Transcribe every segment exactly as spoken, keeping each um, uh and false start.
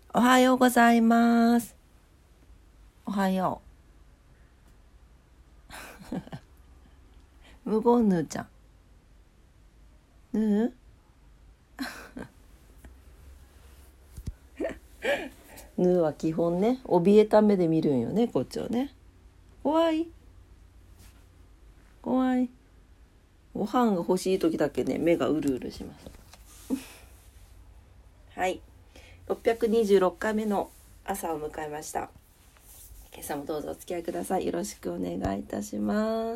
おはようございます。おはよう。無言ぬーちゃん。ぬーぬーは基本ね、怯えた目で見るんよね、こっちをね。怖い。怖い。ご飯が欲しい時だけね、目がうるうるします。はい。ろっぴゃくにじゅうろっかいめの朝を迎えました。今朝もどうぞお付き合いください。よろしくお願いいたします。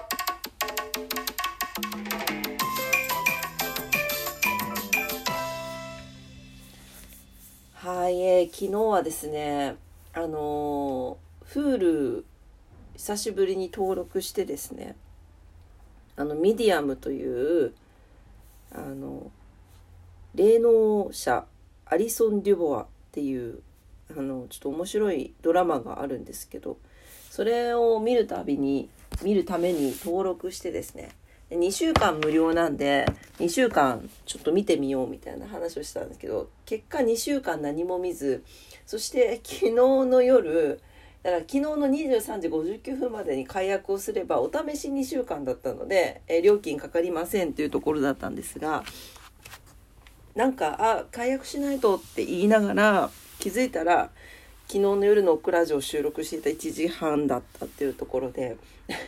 はい、えー、昨日はですね、あのー、Hulu 久しぶりに登録してですね、あのミディアムというあの霊能者アリソン・デュボアっていうあのちょっと面白いドラマがあるんですけど、それを見るたびに見るために登録してですね、にしゅうかん無料なんでにしゅうかんちょっと見てみようみたいな話をしたんですけど、結果にしゅうかん何も見ず、そして昨日の夜だから昨日のにじゅうさんじごじゅうきゅうふんまでに解約をすればお試しにしゅうかんだったので、え料金かかりませんというところだったんですが、なんかあ解約しないとって言いながら気づいたら昨日の夜のオクラジオを収録していたいちじはんだったっていうところで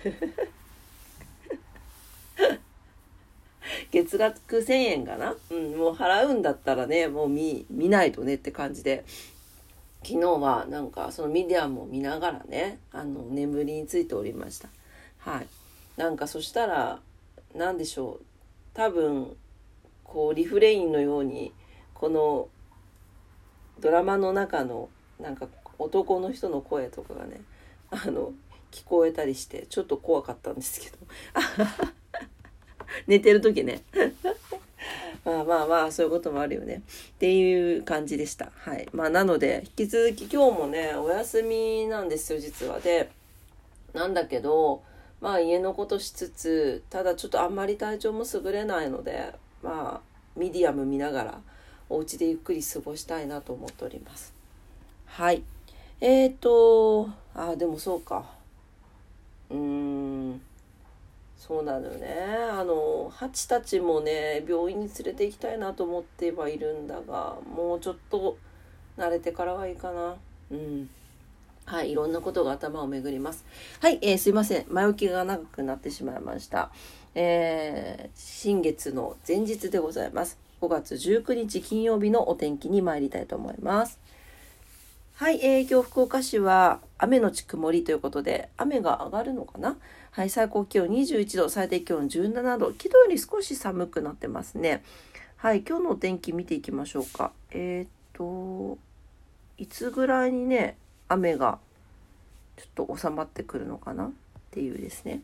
月額せんえんかな、うん、もう払うんだったらねもう 見, 見ないとねって感じで、昨日はなんかそのミディアムを見ながらねあの眠りについておりました。はい。なんかそしたらなんでしょう、多分こうリフレインのようにこのドラマの中のなんか男の人の声とかがねあの聞こえたりしてちょっと怖かったんですけど寝てる時ねまあまあまあそういうこともあるよねっていう感じでした。はい。まあなので引き続き今日もねお休みなんですよ実は。でなんだけどまあ家のことしつつ、ただちょっとあんまり体調も優れないのでまあミディアム見ながらお家でゆっくり過ごしたいなと思っております。はい。えーとあでもそうかうーんそうなのよね。あのハチたちもね病院に連れて行きたいなと思ってはいるんだが、もうちょっと慣れてからがいいかな。うんはい、いろんなことが頭を巡ります。はい、えー、すいません前置きが長くなってしまいました。えー、新月の前日でございます。ごがつじゅうくにち金曜日のお天気に参りたいと思います。はい、えー、今日福岡市は雨のち曇りということで雨が上がるのかな。はい、最高気温にじゅういちど、最低気温じゅうななど、昨日より少し寒くなってますね。はい、今日のお天気見ていきましょうか。えー、っといつぐらいにね雨がちょっと収まってくるのかなっていうですね。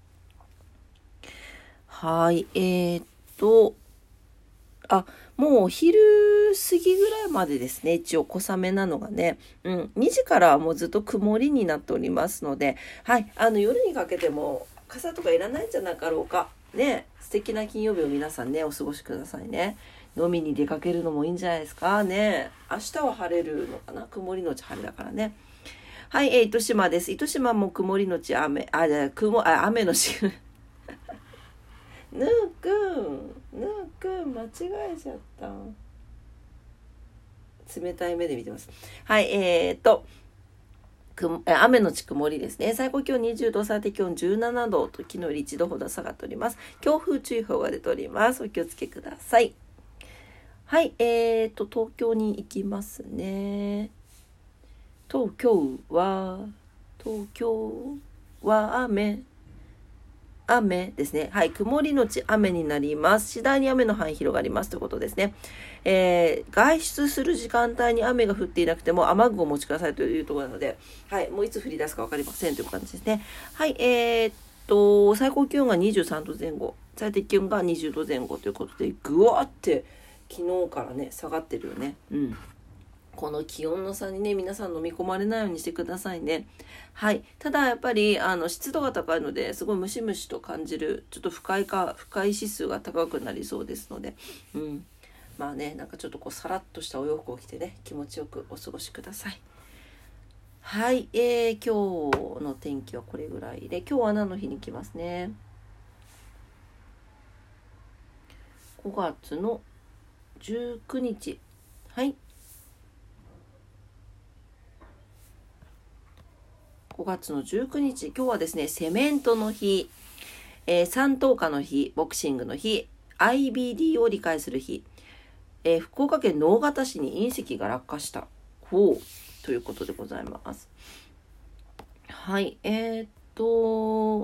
はい、えー、っとあもうお昼過ぎぐらいまでですね、一応小雨なのがね、うん、にじからはもうずっと曇りになっておりますので、はい、あの夜にかけても傘とかいらないんじゃなかろうかね。素敵な金曜日を皆さんねお過ごしくださいね。飲みに出かけるのもいいんじゃないですかね。明日は晴れるのかな、曇りのち晴れだからね。はい、えー、糸島です。糸島も曇りのち雨、あ、じゃあ、雲、あ、雨のち、ぬーくん、ぬーくん、間違えちゃった。冷たい目で見てます。はい、えーと、く雨のち曇りですね。最高気温にじゅうど、最低気温じゅうななどと昨日よりいちどほど下がっております。強風注意報が出ております。お気をつけください。はい、えーと、東京に行きますね。東京は、東京は雨。雨ですね。はい。曇りのち雨になります。次第に雨の範囲広がりますということですね。えー、外出する時間帯に雨が降っていなくても雨具をお持ちくださいというところなので、はい。もういつ降り出すか分かりませんという感じですね。はい。えー、っと、最高気温がにじゅうさんどぜん後、最低気温がにじゅうどぜん後ということで、ぐわーって昨日からね、下がってるよね。うん。この気温の差にね皆さん飲み込まれないようにしてくださいね。はい。ただやっぱりあの湿度が高いのですごいムシムシと感じる、ちょっと不快か不快指数が高くなりそうですので、うんまあね、なんかちょっとこうさらっとしたお洋服を着てね、気持ちよくお過ごしください。はい、えー、今日の天気はこれぐらいで、今日は何の日に来ますね。ごがつのじゅうくにち。はい。ごがつのじゅうくにち、今日はですね、セメントの日、えー、三等価の日、ボクシングの日、アイビーディー を理解する日、えー、福岡県直方市に隕石が落下した。ほう。ということでございます。はい。えー、っと、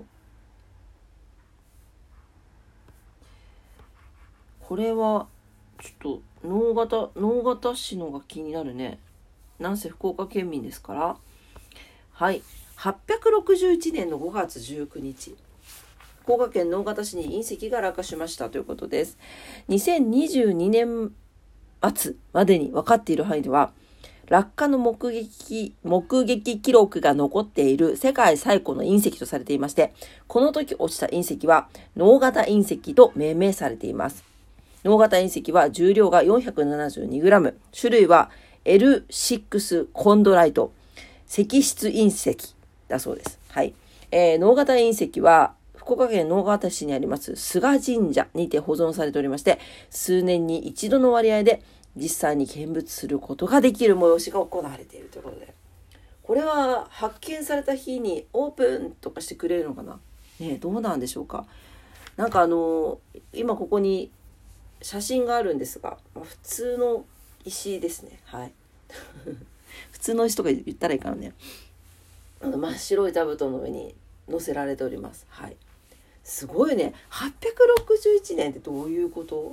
これは、ちょっと、直方、直方市のが気になるね。なんせ福岡県民ですから。はい。はっぴゃくろくじゅういちねんのごがつじゅうくにち。福岡県直方市に隕石が落下しましたということです。にせんにじゅうにねん末までに分かっている範囲では、落下の目撃、目撃記録が残っている世界最古の隕石とされていまして、この時落ちた隕石は直方隕石と命名されています。直方隕石は重量が よんひゃくななじゅうにグラム、種類は エルシックス コンドライト、石質隕石だそうです。はい。えー、直方隕石は福岡県直方市にあります菅神社にて保存されておりまして、数年に一度の割合で実際に見物することができる催しが行われているということで、これは発見された日にオープンとかしてくれるのかなね。どうなんでしょうか。なんかあの今ここに写真があるんですが、普通の石ですね。はい普通の石とか言ったらいいからね、真っ白い座布団の上に載せられております。はい。すごいね。はっぴゃくろくじゅういちねんってどういうこと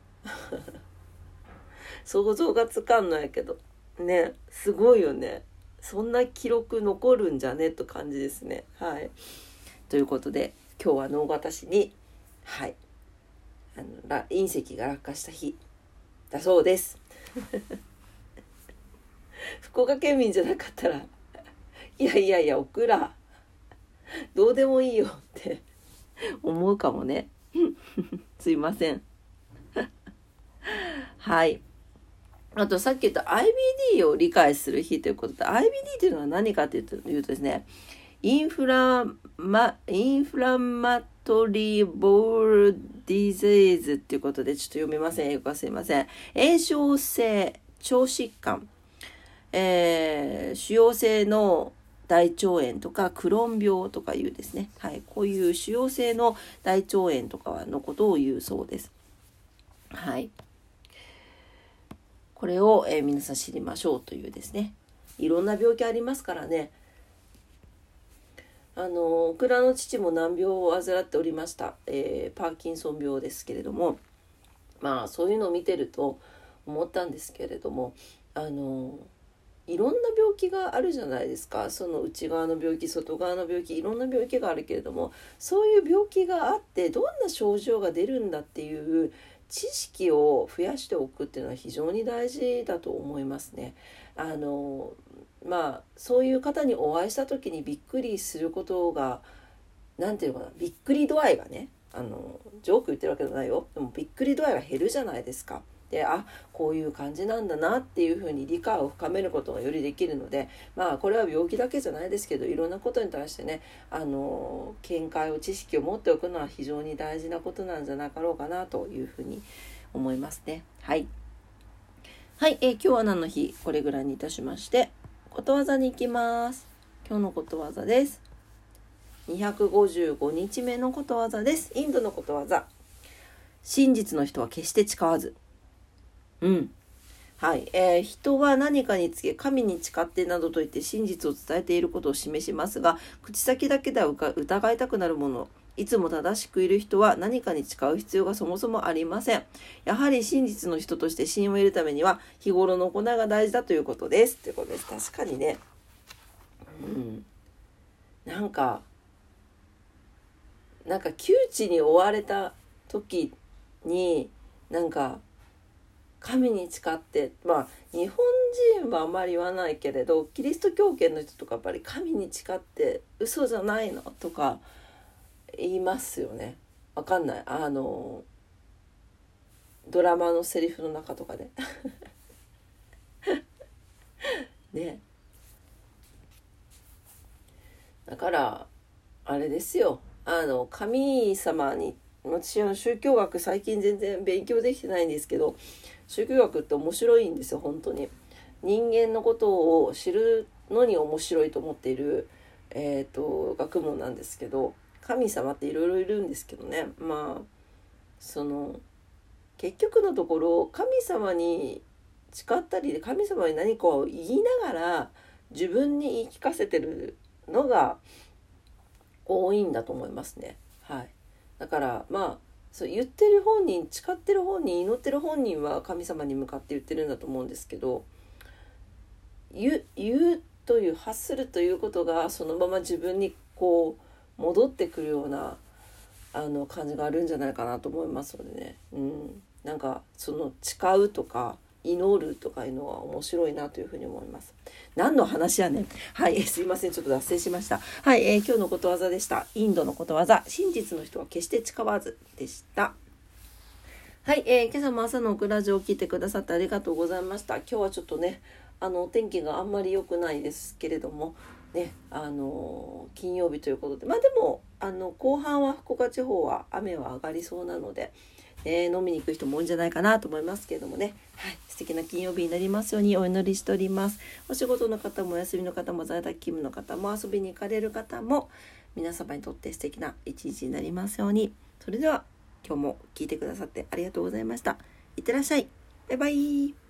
想像がつかんのやけどね、すごいよね。そんな記録残るんじゃねと感じですね。はい。ということで今日は直方市に、はい、あの隕石が落下した日だそうです福岡県民じゃなかったら、いやいやいやオクラどうでもいいよって思うかもねすいませんはい。あとさっき言った アイビーディー を理解する日ということで、 アイビーディー というのは何かというとですね、インフラマインフラマトリーボールディゼーズっていうことで、ちょっと読めません。英語はすいません。炎症性腸疾患、えー、腫瘍性の大腸炎とかクローン病とかいうですね、はい、こういう腫瘍性の大腸炎とかのことを言うそうです。はい。これを、えー、皆さん知りましょうというですね、いろんな病気ありますからね。あのオクラの父も難病を患っておりました、えー、パーキンソン病ですけれども、まあそういうのを見てると思ったんですけれども、あのいろんな病気があるじゃないですか。その内側の病気、外側の病気、いろんな病気があるけれども、そういう病気があってどんな症状が出るんだっていう知識を増やしておくっていうのは非常に大事だと思いますね。あのまあそういう方にお会いした時にびっくりすることが、なんていうのかな、びっくり度合いがね、あのジョーク言ってるわけじゃないよ。でもびっくり度合いが減るじゃないですか。で、あ、こういう感じなんだなっていうふうに理解を深めることがよりできるので、まあこれは病気だけじゃないですけど、いろんなことに対してね、あの見解を知識を持っておくのは非常に大事なことなんじゃなかろうかなというふうに思いますね。はいはい、えー、今日は何の日、これぐらいにいたしまして、ことわざに行きます。今日のことわざです。にひゃくごじゅうごにちめのことわざです。インドのことわざ。真実の人は決して誓わず。うん。はい、えー、人は何かにつけ神に誓ってなどと言って真実を伝えていることを示しますが、口先だけでは疑いたくなるもの。いつも正しくいる人は何かに誓う必要がそもそもありません。やはり真実の人として信用を得るためには日頃の行いが大事だということです。ということです。確かにね。うん。なんか、なんか窮地に追われた時に、なんか、神に誓って、まあ日本人はあまり言わないけれど、キリスト教圏の人とかやっぱり神に誓って嘘じゃないのとか言いますよね。わかんない。あのドラマのセリフの中とかでね。だからあれですよ、あの神様に、私は宗教学最近全然勉強できてないんですけど、宗教学って面白いんですよ本当に。人間のことを知るのに面白いと思っている、えーと、学問なんですけど、神様っていろいろいるんですけどね、まあその結局のところ神様に誓ったりで神様に何かを言いながら自分に言い聞かせてるのが多いんだと思いますね。はい。だからまあそう言ってる本人、誓ってる本人、祈ってる本人は神様に向かって言ってるんだと思うんですけど、言う、言うという発するということがそのまま自分にこう戻ってくるようなあの感じがあるんじゃないかなと思いますのでね。うん、なんかその誓うとか祈るとかいうのは面白いなというふうに思います。何の話やねん。はい、すいません、ちょっと脱線しました。はい、えー、今日のことわざでした。インドのことわざ、真実の人は決して誓わずでした。はい、えー、今朝も朝のオクラジオを聞いてくださってありがとうございました。今日はちょっとね、あのお天気があんまり良くないですけれどもね、あのー、金曜日ということで、まあでもあの後半は福岡地方は雨は上がりそうなので、えー、飲みに行く人も多いんじゃないかなと思いますけれどもね、はい、素敵な金曜日になりますようにお祈りしております。お仕事の方もお休みの方も在宅勤務の方も遊びに行かれる方も皆様にとって素敵な一日になりますように。それでは今日も聞いてくださってありがとうございました。いってらっしゃい。バイバイ。